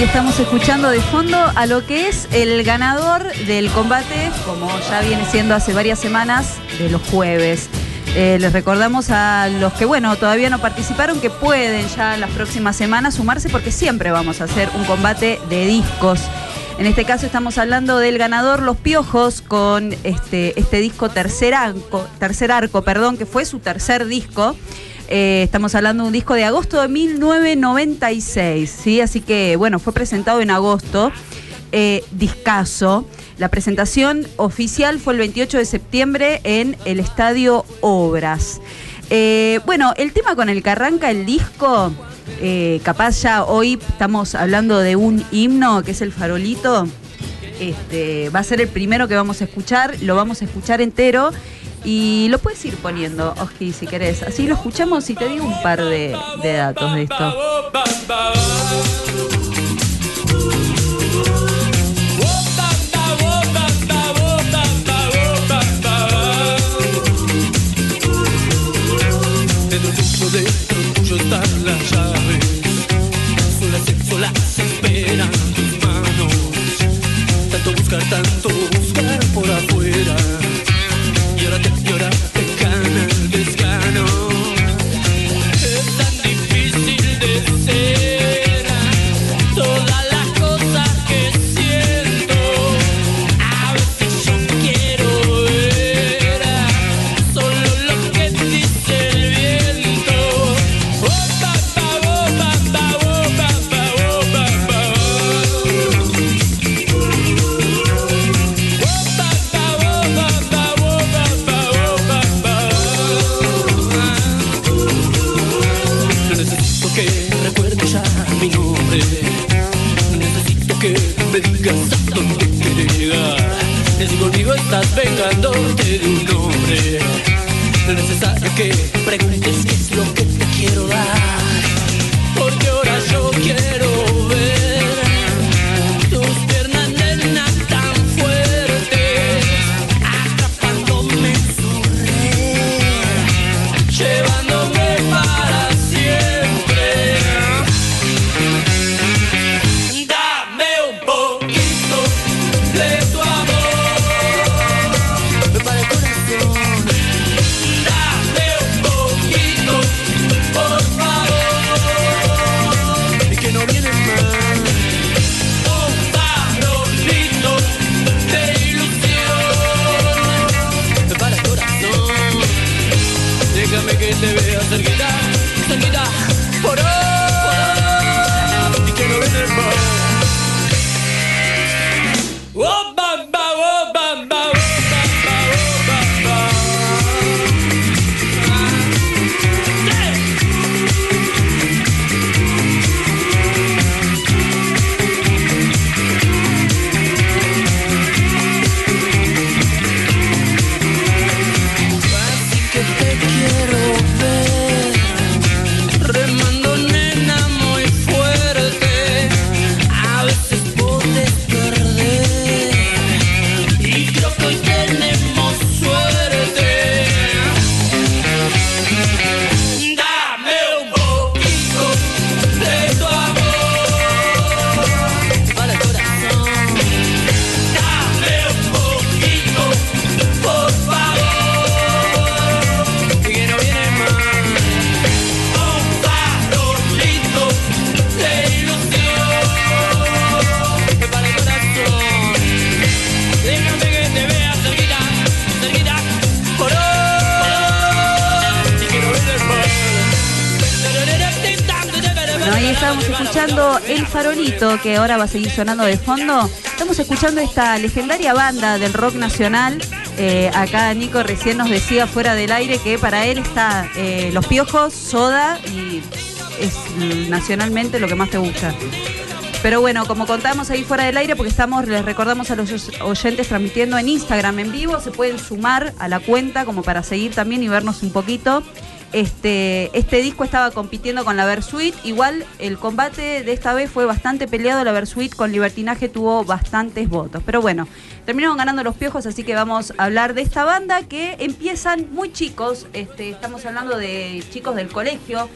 estamos escuchando de fondo a lo que es el ganador del combate, como ya viene siendo hace varias semanas, de los jueves. Les recordamos a los que, bueno, todavía no participaron, que pueden ya las próximas semanas sumarse, porque siempre vamos a hacer un combate de discos. En este caso estamos hablando del ganador Los Piojos con este disco Tercer Arco, que fue su tercer disco. Estamos hablando de un disco de agosto de 1996, ¿sí? Así que, bueno, fue presentado en agosto, discazo. La presentación oficial fue el 28 de septiembre en el Estadio Obras. Bueno, el tema con el que arranca el disco, capaz ya hoy estamos hablando de un himno, que es El Farolito. Va a ser el primero que vamos a escuchar, lo vamos a escuchar entero. Y lo puedes ir poniendo, Oski, si querés. Así lo escuchamos y te digo un par de datos de esto. Dentro de tuyo están las llaves, solas esperan tus manos. Tanto buscar por afuera. Y ahora te gana el desgano. Es tan difícil de ser todas las cosas que siento. A veces yo quiero ver solo lo que dice el viento. Necesito que me digas a dónde quieres llegar. Si conmigo estás vengándote de un hombre, no es necesario que preguntes qué es lo que te quiero dar, porque ahora yo quiero ver tus piernas, nena, tan fuertes, atrapándome en su red, llevándome para siempre. Que te vea cerquita, por hoy, y que no ven el mar. Oh, bamba, oh, bamba, oh, bamba, oh, bamba. Así que te quiero ver remando, nena, muy fuerte. A veces puedes perder y creo que hoy tenemos suerte. Dame un poquito de tu amor para el corazón. Dame un poquito, por favor. Ahí estábamos escuchando El Farolito, que ahora va a seguir sonando de fondo. Estamos escuchando esta legendaria banda del rock nacional. Acá Nico recién nos decía fuera del aire que para él está Los Piojos, Soda, y es nacionalmente lo que más te gusta. Pero bueno, como contamos ahí fuera del aire, porque les recordamos a los oyentes transmitiendo en Instagram en vivo, se pueden sumar a la cuenta como para seguir también y vernos un poquito. Este disco estaba compitiendo con la Versuit. Igual el combate de esta vez fue bastante peleado. La Versuit con Libertinaje tuvo bastantes votos, pero bueno, terminaron ganando Los Piojos. Así que vamos a hablar de esta banda que empiezan muy chicos. Estamos hablando de chicos del colegio.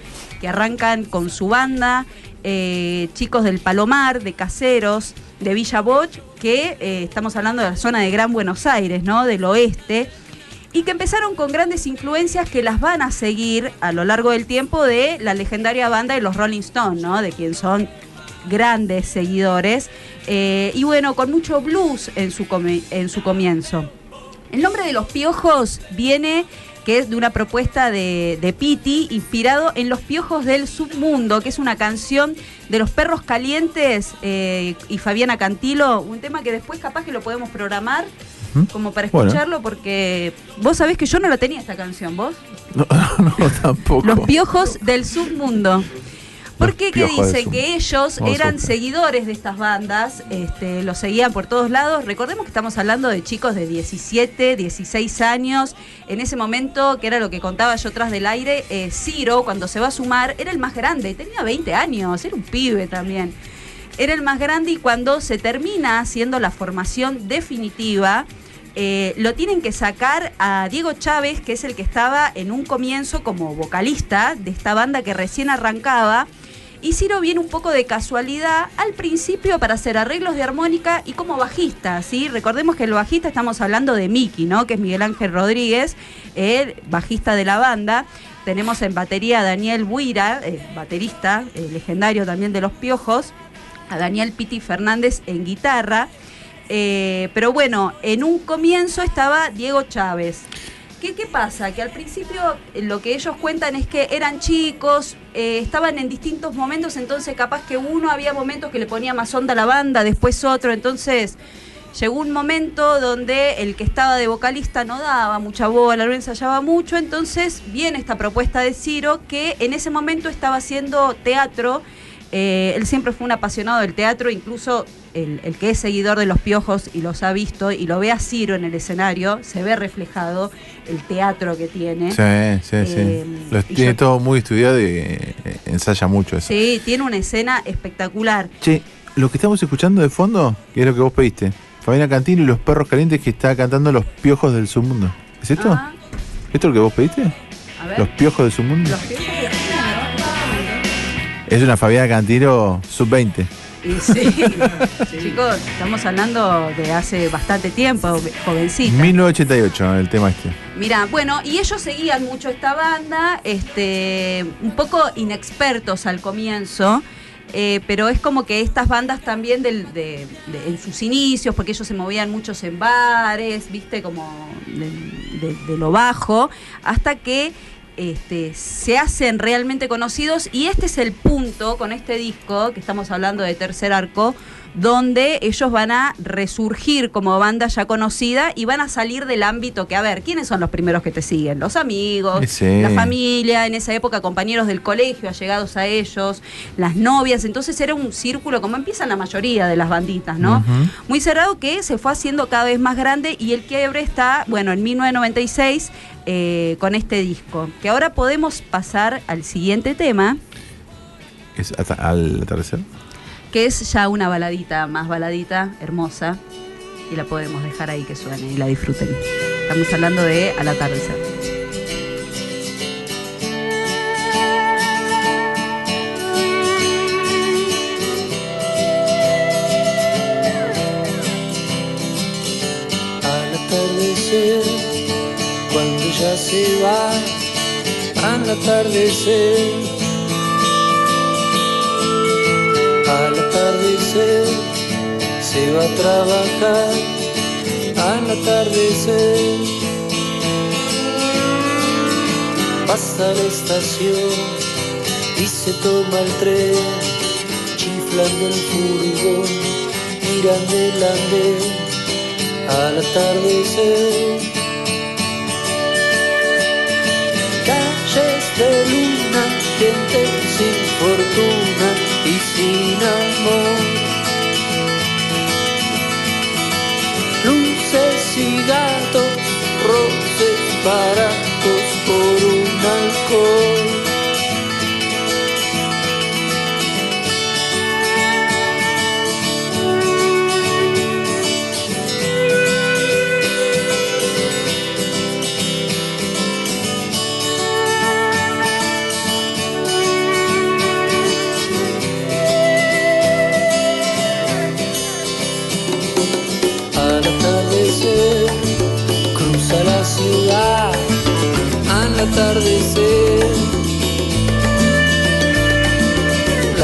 que arrancan con su banda, chicos del Palomar, de Caseros, de Villa Boch, que estamos hablando de la zona de Gran Buenos Aires, ¿no? Del oeste, y que empezaron con grandes influencias que las van a seguir a lo largo del tiempo de la legendaria banda de los Rolling Stones, ¿no? De quien son grandes seguidores, y bueno, con mucho blues en su comienzo. El nombre de Los Piojos viene, que es de una propuesta de Piti, inspirado en Los Piojos del Submundo, que es una canción de Los Perros Calientes y Fabiana Cantilo, un tema que después capaz que lo podemos programar como para escucharlo, porque vos sabés que yo no la tenía esta canción, ¿vos? No, tampoco. Los Piojos del Submundo. Porque que dice que ellos eran seguidores de estas bandas, los seguían por todos lados. Recordemos que estamos hablando de chicos de 17, 16 años. En ese momento, que era lo que contaba yo tras del aire, Ciro, cuando se va a sumar, era el más grande, tenía 20 años, era un pibe también. Era el más grande, y cuando se termina haciendo la formación definitiva, lo tienen que sacar a Diego Chávez, que es el que estaba en un comienzo como vocalista de esta banda que recién arrancaba. Y Ciro viene un poco de casualidad al principio para hacer arreglos de armónica y como bajista, ¿sí? Recordemos que el bajista, estamos hablando de Miki, ¿no? Que es Miguel Ángel Rodríguez, el bajista de la banda. Tenemos en batería a Daniel Buira, baterista, legendario también de Los Piojos, a Daniel Piti Fernández en guitarra. Pero bueno, en un comienzo estaba Diego Chávez. ¿Qué pasa? Que al principio lo que ellos cuentan es que eran chicos, estaban en distintos momentos, entonces capaz que uno había momentos que le ponía más onda a la banda, después otro, entonces llegó un momento donde el que estaba de vocalista no daba mucha bola, no ensayaba mucho, entonces viene esta propuesta de Ciro, que en ese momento estaba haciendo teatro. Él siempre fue un apasionado del teatro, incluso el que es seguidor de Los Piojos y los ha visto y lo ve a Ciro en el escenario, se ve reflejado el teatro que tiene. Sí. Tiene todo muy estudiado y ensaya mucho eso. Sí, tiene una escena espectacular. Che, lo que estamos escuchando de fondo, que es lo que vos pediste, Fabiana Cantilo y Los Perros Calientes, que está cantando Los Piojos del Submundo. ¿Es esto? Ah. ¿Esto es lo que vos pediste? A ver. Los Piojos del Submundo. Los Piojos del Submundo. Es una Fabiana Cantilo sub-20. Y sí, chicos, estamos hablando de hace bastante tiempo, jovencita. 1988, el tema este. Mirá, bueno, y ellos seguían mucho esta banda, un poco inexpertos al comienzo, pero es como que estas bandas también en sus inicios, porque ellos se movían muchos en bares, viste, como de lo bajo, hasta que se hacen realmente conocidos, y este es el punto con este disco que estamos hablando de Tercer Arco, donde ellos van a resurgir como banda ya conocida y van a salir del ámbito que, a ver, ¿quiénes son los primeros que te siguen? Los amigos, sí. La familia, en esa época compañeros del colegio allegados a ellos, las novias, entonces era un círculo como empiezan la mayoría de las banditas, ¿no? Muy cerrado, que se fue haciendo cada vez más grande, y el quiebre está, bueno, en 1996 con este disco, que ahora podemos pasar al siguiente tema. ¿Es al atardecer? Que es ya una baladita, más baladita, hermosa, y la podemos dejar ahí que suene y la disfruten. Estamos hablando de Al atardecer. Al atardecer, cuando ya se va, al atardecer. Al atardecer se va a trabajar, al atardecer pasa la estación y se toma el tren, chiflando el furgón, mirando el andén, al atardecer. Calles de luna, gente sin fortuna y sin amor, luces y gatos, roces baratos por un alcohol.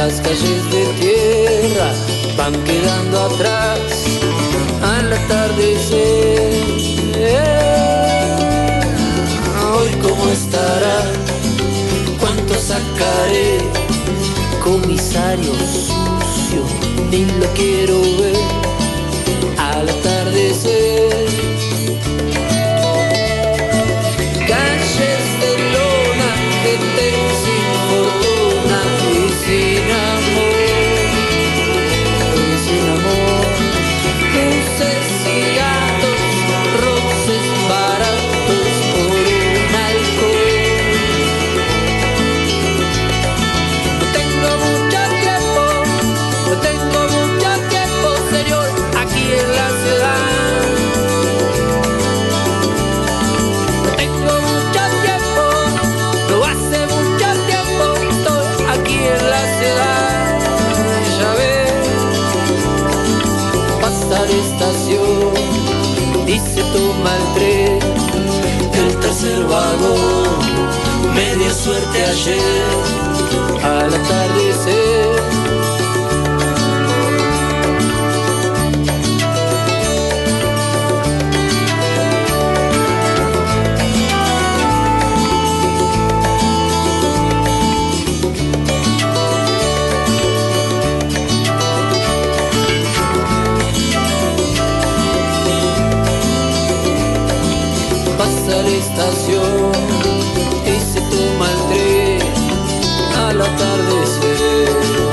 Las calles de tierra van quedando atrás al atardecer. Hoy cómo estará, cuánto sacaré, comisario sucio, ni lo quiero ver al atardecer. Calles de lona, gente sin fortuna y sin amor, cruces y gatos, roces baratos por un alcohol. No tengo mucho tiempo, señor, aquí en la ciudad. No tengo mucho tiempo, no hace mucho tiempo estoy aquí en la ciudad. Ya ves, pasa la estación y se toma el tren, el tercer vagón, media suerte ayer al atardecer. Pasa la estación y se toma el tren al atardecer.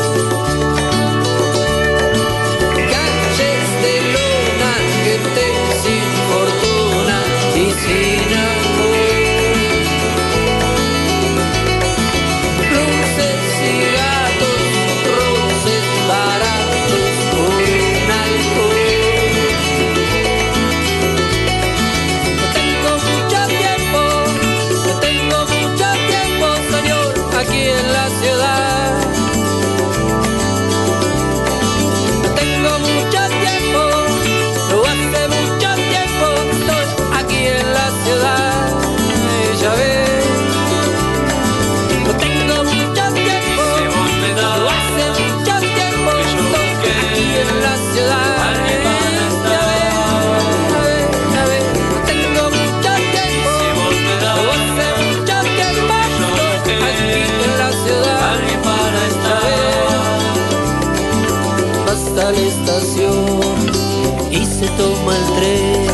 Calles de lona, gente sin fortuna y sin amor, luces y gatos, roces baratos por un alcohol. Aquí en la ciudad no tengo mucho tiempo, no hace mucho tiempo estoy aquí en la ciudad. Ya ves, no tengo mucho tiempo, no hace mucho tiempo estoy aquí en la ciudad. Ya ves, no tengo mucho tiempo, no hace mucho tiempo estoy aquí en la ciudad. Para esta vez hasta la estación y se toma el tren.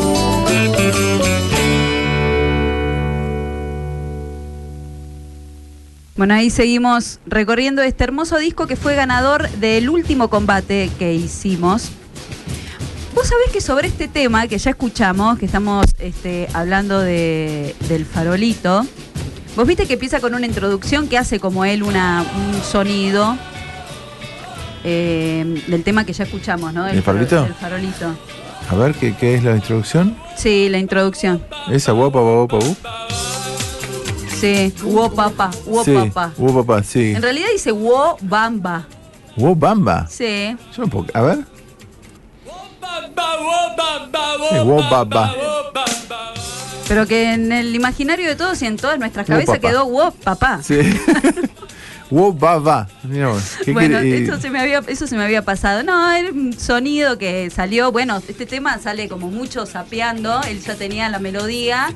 Bueno, ahí seguimos recorriendo este hermoso disco que fue ganador del último combate que hicimos. Vos sabés que sobre este tema que ya escuchamos, que estamos hablando del farolito, vos viste que empieza con una introducción que hace como él un sonido del tema que ya escuchamos, ¿no? ¿El farolito? El farolito. A ver, ¿qué es la introducción? Sí, la introducción. ¿Esa guapa, guapa, Sí, wo papá, wo sí, papá. wo papá, sí. En realidad dice wo bamba. ¿Wo bamba? Sí. Yo no puedo... A ver. Sí, wo bamba. Pero que en el imaginario de todos y en todas nuestras Wo cabezas papá. quedó wo papá. Sí. Wo baba. Mira vos. Bueno, eso se me había pasado. No, era un sonido que salió. Bueno, este tema sale como mucho sapeando. Él ya tenía la melodía.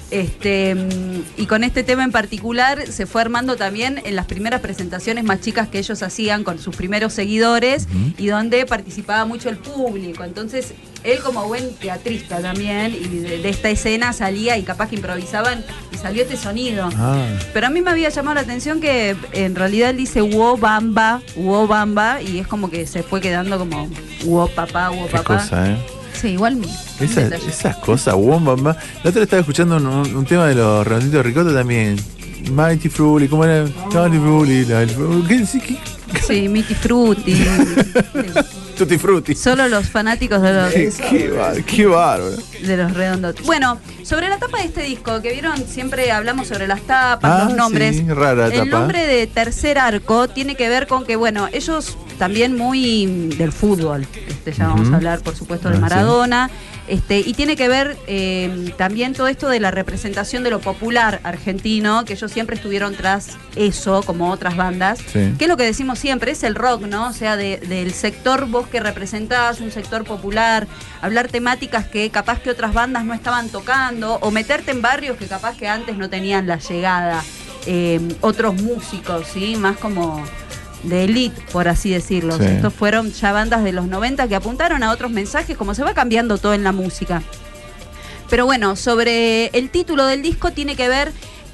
Y con este tema en particular se fue armando también en las primeras presentaciones más chicas que ellos hacían con sus primeros seguidores y donde participaba mucho el público. Entonces él, como buen teatrista también, y de esta escena salía y capaz que improvisaban y salió este sonido. Pero a mí me había llamado la atención que en realidad él dice wo bamba, y es como que se fue quedando como wo papá, wo Qué papá. cosa, Sí, igual esas cosas, bamba. La otra estaba escuchando un tema de los Redonditos de Ricota también. Mighty Fruity, ¿cómo era? Mighty Fruity, ¿qué? Sí, Mighty Fruity. Tutti Frutti. Solo los fanáticos de los Qué bárbaro. de los redondos. Bueno, sobre la tapa de este disco, que vieron, siempre hablamos sobre las tapas, los nombres. Sí, rara el tapa. nombre de Tercer Arco tiene que ver con que, bueno, ellos también muy del fútbol. Ya vamos a hablar, por supuesto, de Maradona. Y tiene que ver también todo esto de la representación de lo popular argentino, que ellos siempre estuvieron tras eso, como otras bandas, que es lo que decimos siempre, es el rock, ¿no? O sea, del sector vos que representás, un sector popular, hablar temáticas que capaz que otras bandas no estaban tocando, o meterte en barrios que capaz que antes no tenían la llegada, otros músicos, ¿sí? Más como de elite, por así decirlo. Sí. Estos fueron ya bandas de los 90 que apuntaron a otros mensajes, como se va cambiando todo en la música. Pero bueno, sobre el título del disco tiene que ver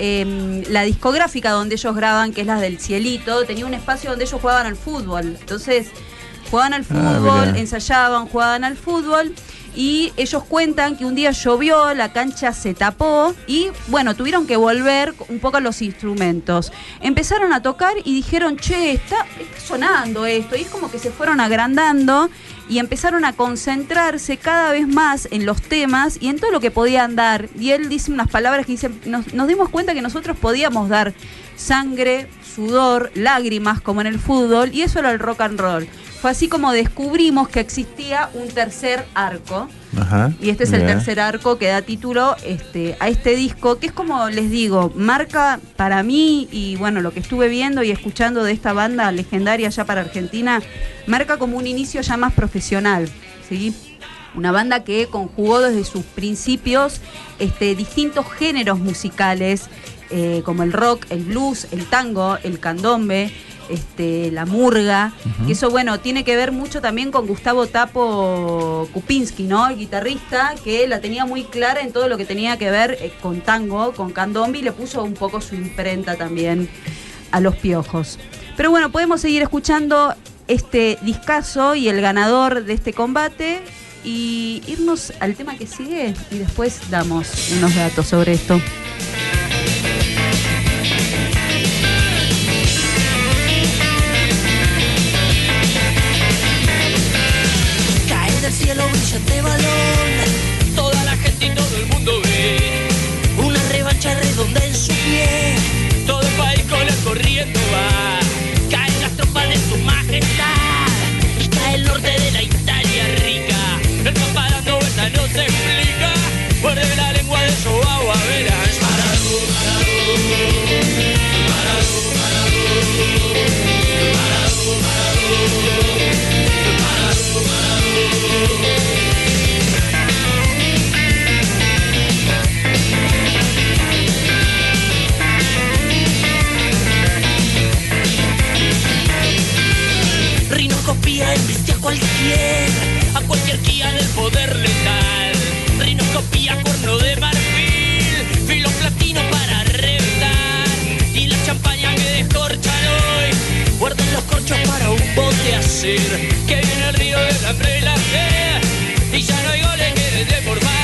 la discográfica donde ellos graban, que es la del Cielito, tenía un espacio donde ellos jugaban al fútbol. Entonces, jugaban al fútbol, ensayaban, jugaban al fútbol. Y ellos cuentan que un día llovió, la cancha se tapó y, bueno, tuvieron que volver un poco a los instrumentos. Empezaron a tocar y dijeron, che, está sonando esto. Y es como que se fueron agrandando y empezaron a concentrarse cada vez más en los temas y en todo lo que podían dar. Y él dice unas palabras que dice, nos dimos cuenta que nosotros podíamos dar sangre, sudor, lágrimas, como en el fútbol, y eso era el rock and roll. Fue así como descubrimos que existía un tercer arco. Ajá, y este es el tercer arco que da título a este disco, que es como les digo, marca para mí, y bueno, lo que estuve viendo y escuchando de esta banda legendaria ya para Argentina, marca como un inicio ya más profesional, ¿sí? Una banda que conjugó desde sus principios distintos géneros musicales, como el rock, el blues, el tango, el candombe, la murga, que eso, bueno, tiene que ver mucho también con Gustavo Tapo Kupinski, ¿no? El guitarrista, que la tenía muy clara en todo lo que tenía que ver con tango, con candombe, y le puso un poco su imprenta también a Los Piojos. Pero bueno, podemos seguir escuchando este discazo y el ganador de este combate y irnos al tema que sigue y después damos unos datos sobre esto. Del cielo brilla este balón, toda la gente y todo el mundo ve una revancha redonda en su pie, todo el país con el corriendo va, caen las tropas de su majestad y cae el norte de la Italia rica, el papá dando vueltas no se explica, muerde la lengua de Joao Averas. Rinocopía embiste a cualquier guía del poder letal. Rinocopía, cuerno de marfil, filo platino para reventar. Y la champaña que descorchan hoy, guarden los corchos para un bote a hacer. Que viene el río del hambre y la sed, y ya no hay goles que deformar.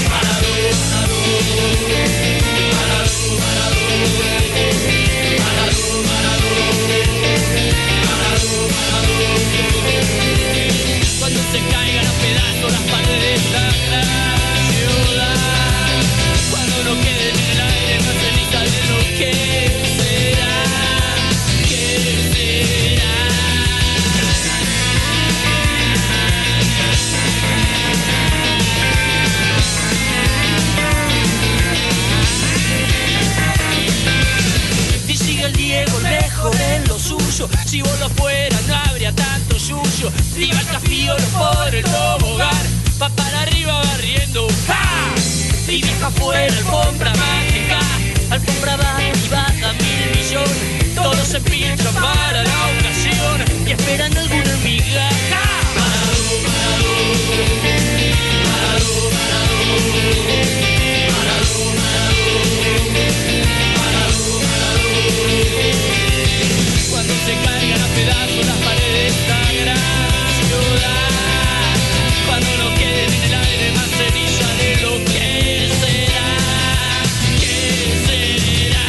Cuando se caigan a pedazos las paredes de esta gran ciudad, cuando no quede en el aire más ceniza de lo que será, ¿qué será? Y sigue el Diego lejos de lo suyo, si vos lo fueras no habría tanto yuyo. Viva el Castillo, los pobres, el tobogán, va para arriba barriendo, ¡ja! Y vieja fuera, alfombra mágica, alfombra va y baja 1.000 millones, todos se pinchan para la ocasión y esperando alguna migaja. Cuando se caigan a pedazos las paredes de esta gran ciudad, cuando no quede en el aire más ceniza de lo que será, ¿qué será?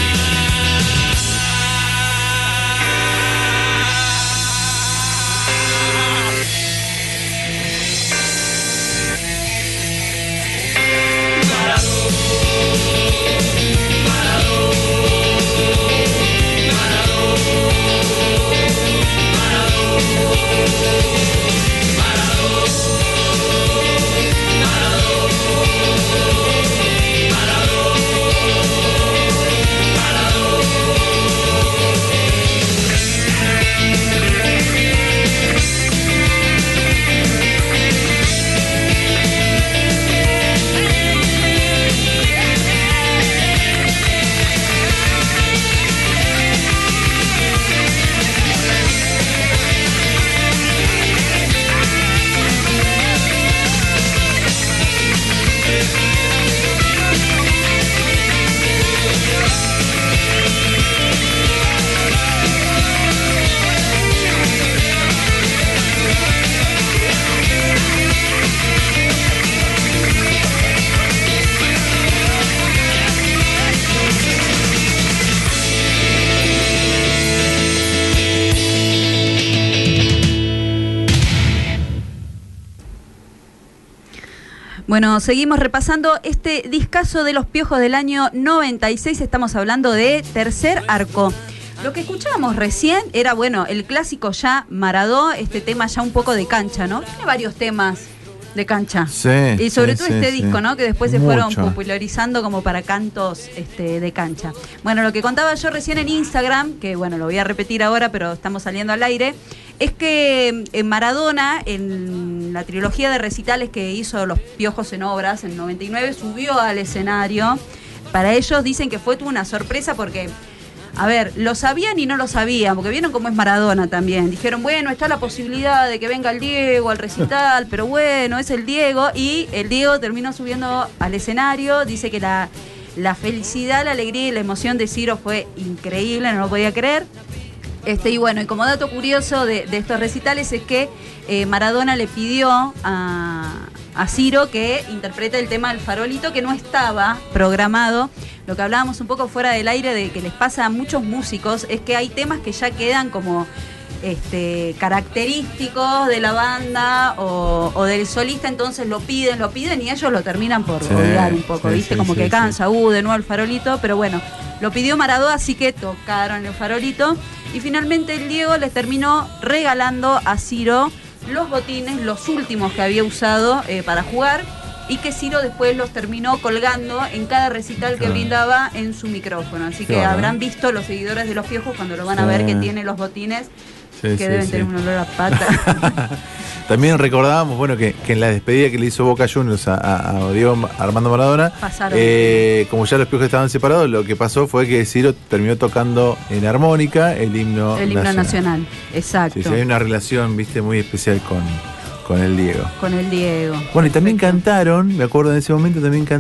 Bueno, seguimos repasando este discazo de Los Piojos del año 96. Estamos hablando de Tercer Arco. Lo que escuchábamos recién era, bueno, el clásico ya Maradó, este tema ya un poco de cancha, ¿no? Tiene varios temas de cancha. Sí. Y sobre todo este sí. disco, ¿no? Que después se Mucho. fueron popularizando como para cantos de cancha. Bueno, lo que contaba yo recién en Instagram, que bueno, lo voy a repetir ahora, pero estamos saliendo al aire, es que Maradona, en la trilogía de recitales que hizo Los Piojos en Obras, en 99, subió al escenario. Para ellos dicen que fue una sorpresa porque... A ver, lo sabían y no lo sabían, porque vieron cómo es Maradona también. Dijeron, bueno, está la posibilidad de que venga el Diego al recital, pero bueno, es el Diego. Y el Diego terminó subiendo al escenario. Dice que la felicidad, la alegría y la emoción de Ciro fue increíble, no lo podía creer. Y bueno, y como dato curioso de estos recitales es que Maradona le pidió a Ciro que interprete el tema del farolito, que no estaba programado. Lo que hablábamos un poco fuera del aire de que les pasa a muchos músicos es que hay temas que ya quedan como característicos de la banda o del solista, entonces lo piden y ellos lo terminan por odiar un poco, ¿viste? Como que cansa, de nuevo el farolito, pero bueno, lo pidió Maradona, así que tocaron el farolito y finalmente el Diego les terminó regalando a Ciro los botines, los últimos que había usado para jugar, y que Ciro después los terminó colgando en cada recital que brindaba en su micrófono. Así que habrán visto los seguidores de Los Piojos cuando lo van a ver que tiene los botines, que deben tener un olor a pata. También recordábamos, bueno, que en la despedida que le hizo Boca Juniors a Diego Armando Maradona, como ya Los Piojos estaban separados, lo que pasó fue que Ciro terminó tocando en armónica el himno nacional. Exacto. Sí, hay una relación, viste, muy especial con el Diego. Con el Diego. Bueno, y también cantaron, me acuerdo en ese momento,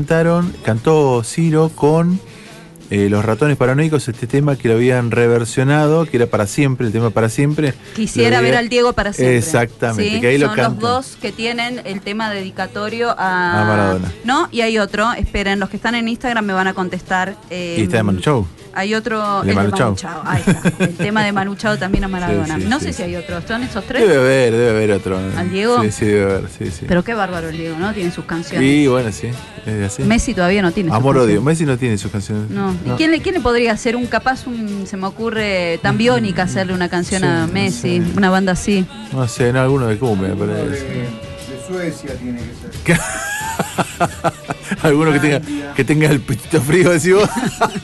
cantó Ciro con Los Ratones Paranoicos, este tema que lo habían reversionado, que era Para Siempre, el tema Para Siempre. Quisiera ver al Diego para siempre. Exactamente, ¿sí? que ahí son lo cantan. Los dos que tienen el tema dedicatorio a Maradona. ¿No? Y hay otro, esperen, los que están en Instagram me van a contestar. Y está de Manu Chao. Hay otro, el de Manu Chao. Ahí está, el tema de Manu Chao también a Maradona. Sí, no sé si hay otro, ¿son esos tres? Debe haber otro. ¿Al Diego? Sí, debe haber, sí. Pero qué bárbaro el Diego, ¿no? Tiene sus canciones. Sí, bueno, sí. Es así. Messi todavía no tiene sus Amor canciones. Odio. Messi no tiene sus canciones. No. ¿Y quién le podría hacer se me ocurre, tan biónica hacerle una canción a Messi, no sé. una banda así? No sé, alguno de cumbia, me parece. De Suecia tiene que ser. Alguno que tenga el pechito frío, decís vos.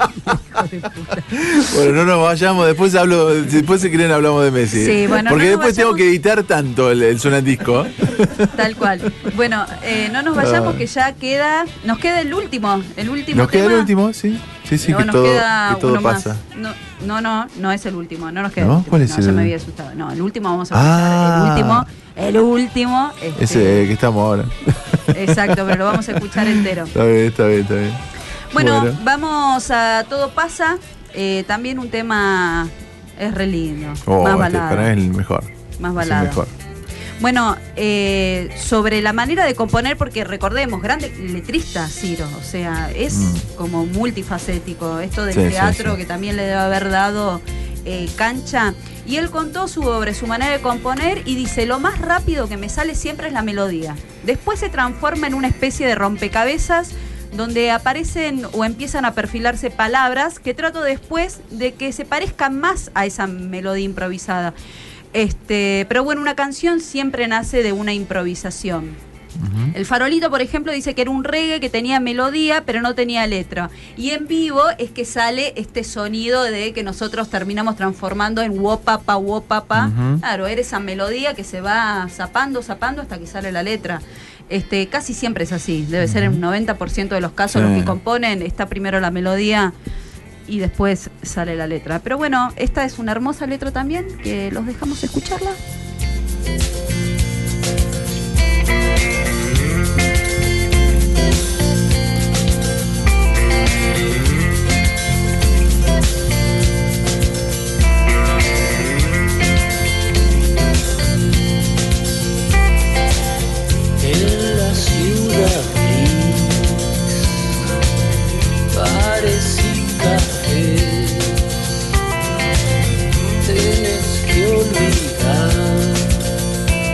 Bueno, no nos vayamos, después si quieren hablamos de Messi. Sí, bueno, porque no después nos tengo vayamos. que editar tanto el Sonandisco. Tal cual. Bueno, no nos vayamos, que ya nos queda el último ¿Nos tema. queda el último? Sí, No, que nos todo, queda que todo uno pasa. más. No es el último, no nos queda ¿No? el último. ¿Cuál es no, el? me había asustado. No, el último vamos a escuchar. El último. Ese que estamos ahora. Exacto, pero lo vamos a escuchar entero. Está bien. Bueno, vamos a Todo Pasa. También un tema es re lindo. Más balada. Para mí es el mejor. Más Es balada. el mejor. Bueno, sobre la manera de componer, porque recordemos, grande letrista Ciro, o sea, es como multifacético, esto del teatro que también le debe haber dado cancha, y él contó sobre su manera de componer y dice, lo más rápido que me sale siempre es la melodía, después se transforma en una especie de rompecabezas donde aparecen o empiezan a perfilarse palabras que trato después de que se parezcan más a esa melodía improvisada. Pero bueno, una canción siempre nace de una improvisación. El Farolito, por ejemplo, dice que era un reggae que tenía melodía, pero no tenía letra. Y en vivo es que sale este sonido de que nosotros terminamos transformando en wopapa, wopapa. Claro, era esa melodía que se va zapando hasta que sale la letra. Casi siempre es así. Debe ser en un 90% de los casos los que componen, está primero la melodía y después sale la letra. Pero bueno, esta es una hermosa letra también, que los dejamos escucharla. En la ciudad gris parecía café. Tienes que olvidar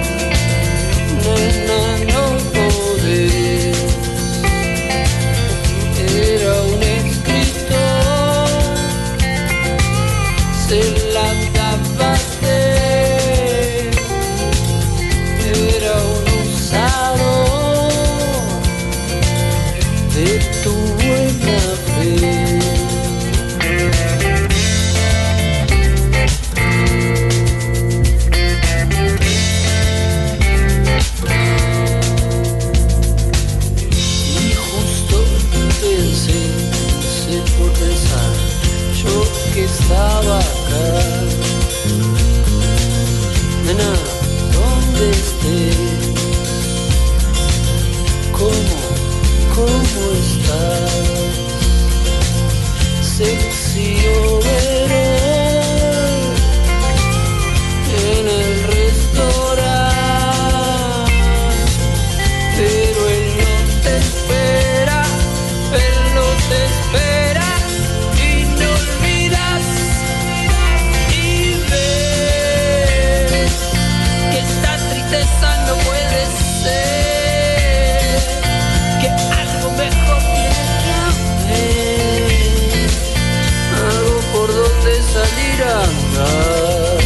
tristeza no puede ser, que algo mejor tiene que haber, algo por donde salir a andar.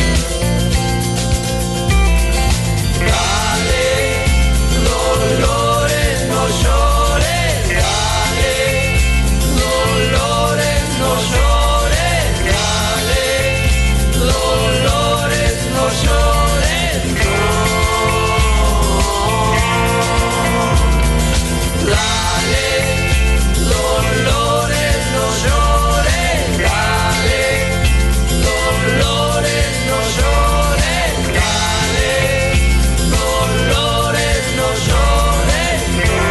Dale, Dolores, no llores, dale, Dolores, no llores, dale, Dolores, no llores, no. Dale, Dolores, no llores, dale, Dolores, no llores, dale, Dolores, no llores,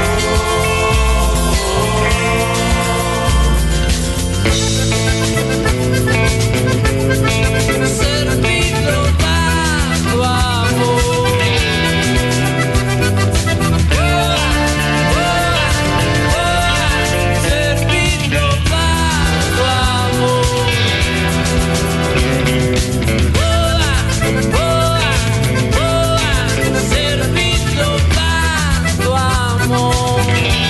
no. Servido bajo amor. Servido bajo amor. Servido bajo amor.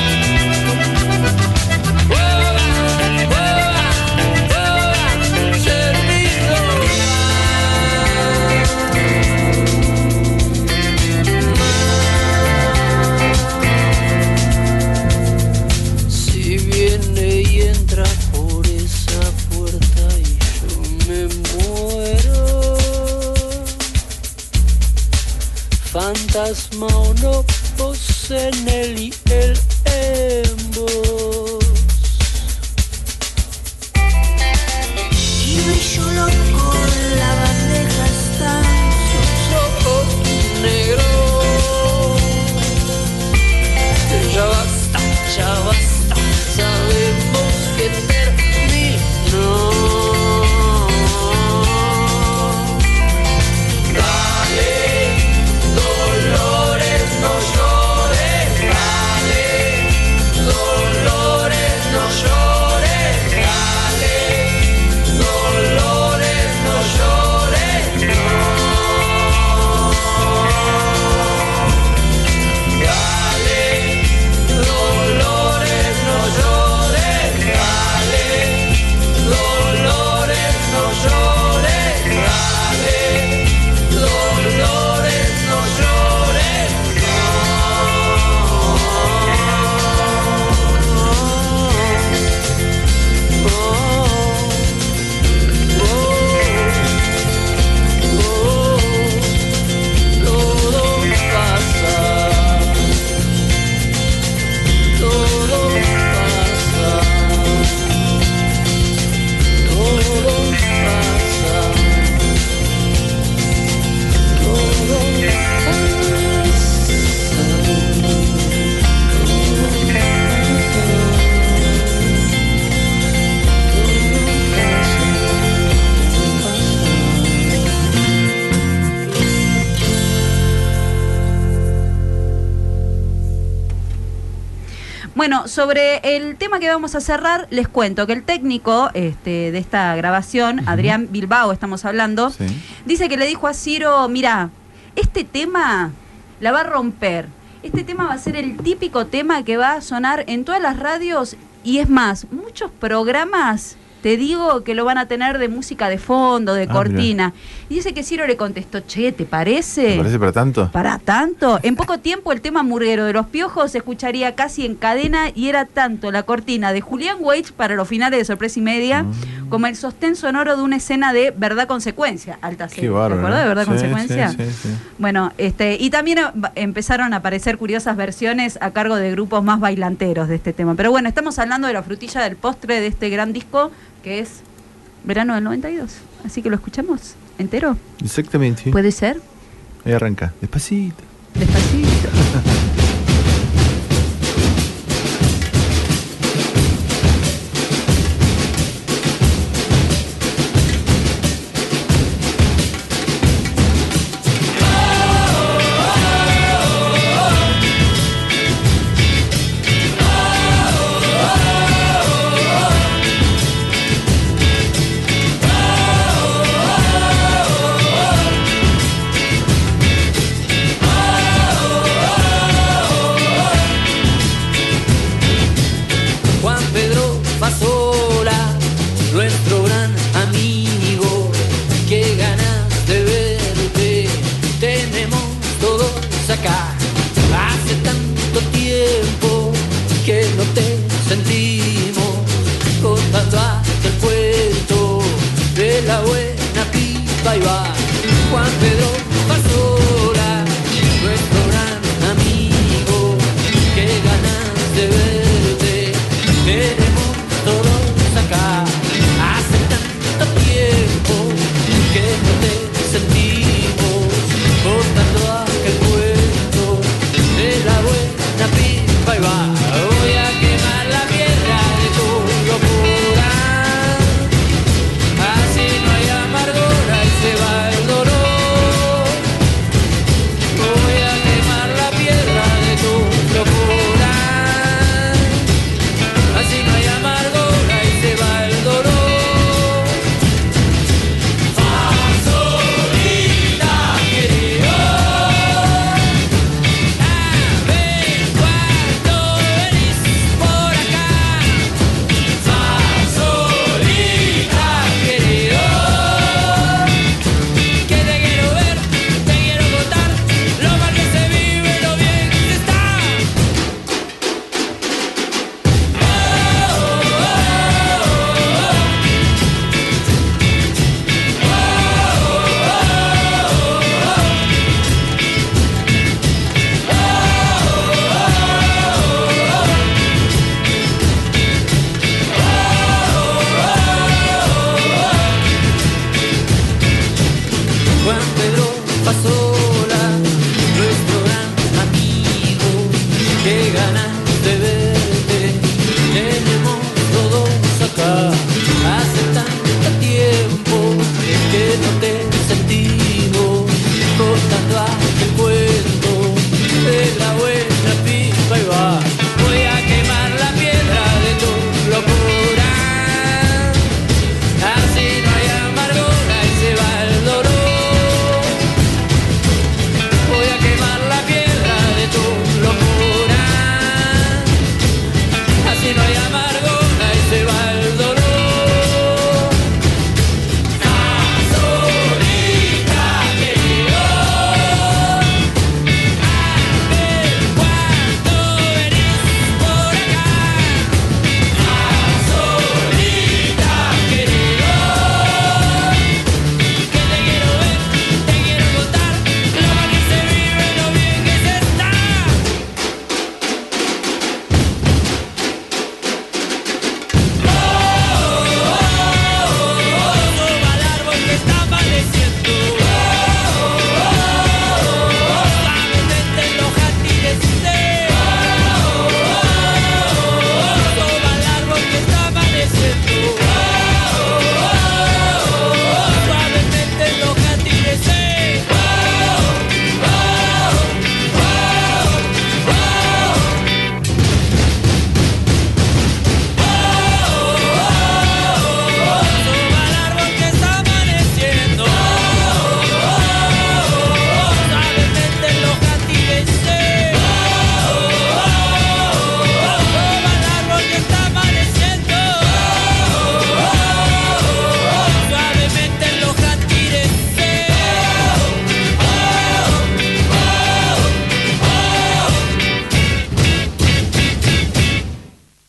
Si viene y entra por esa puerta y yo me muero, fantasma o no, vos en él y él en vos. Y brillo loco en la bandeja están Sus ojos negros. Ya basta, sabemos que terminó. Dale, Dolores, no llores, dale, Dolores, no llores, dale, Dolores, no llores, no. Dale, Dolores, no llores, dale, Dolores, no llores, dale, Dolores, no llores, todo pasa, todo pasa, todo pasa, Bueno, sobre el tema que vamos a cerrar, les cuento que el técnico de esta grabación, Adrián Bilbao, estamos hablando, Sí. dice que le dijo a Ciro, mira, este tema la va a romper. Este tema va a ser el típico tema que va a sonar en todas las radios y es más, muchos programas, te digo que lo van a tener de música de fondo, de cortina. Y dice que Ciro le contestó, che, ¿te parece? ¿Te parece para tanto? ¿Para tanto? En poco tiempo el tema murguero de Los Piojos se escucharía casi en cadena y era tanto la cortina de Julián Weich para los finales de Sorpresa y Media como el sostén sonoro de una escena de Verdad Consecuencia. Alta serie. ¿Te acuerdas de Verdad Consecuencia? Sí. Bueno, y también empezaron a aparecer curiosas versiones a cargo de grupos más bailanteros de este tema. Pero bueno, estamos hablando de la frutilla del postre de este gran disco que es Verano del 92. Así que lo escuchamos entero. Exactamente. ¿Puede ser? Ahí arranca. Despacito. Despacito. acá. Hace tanto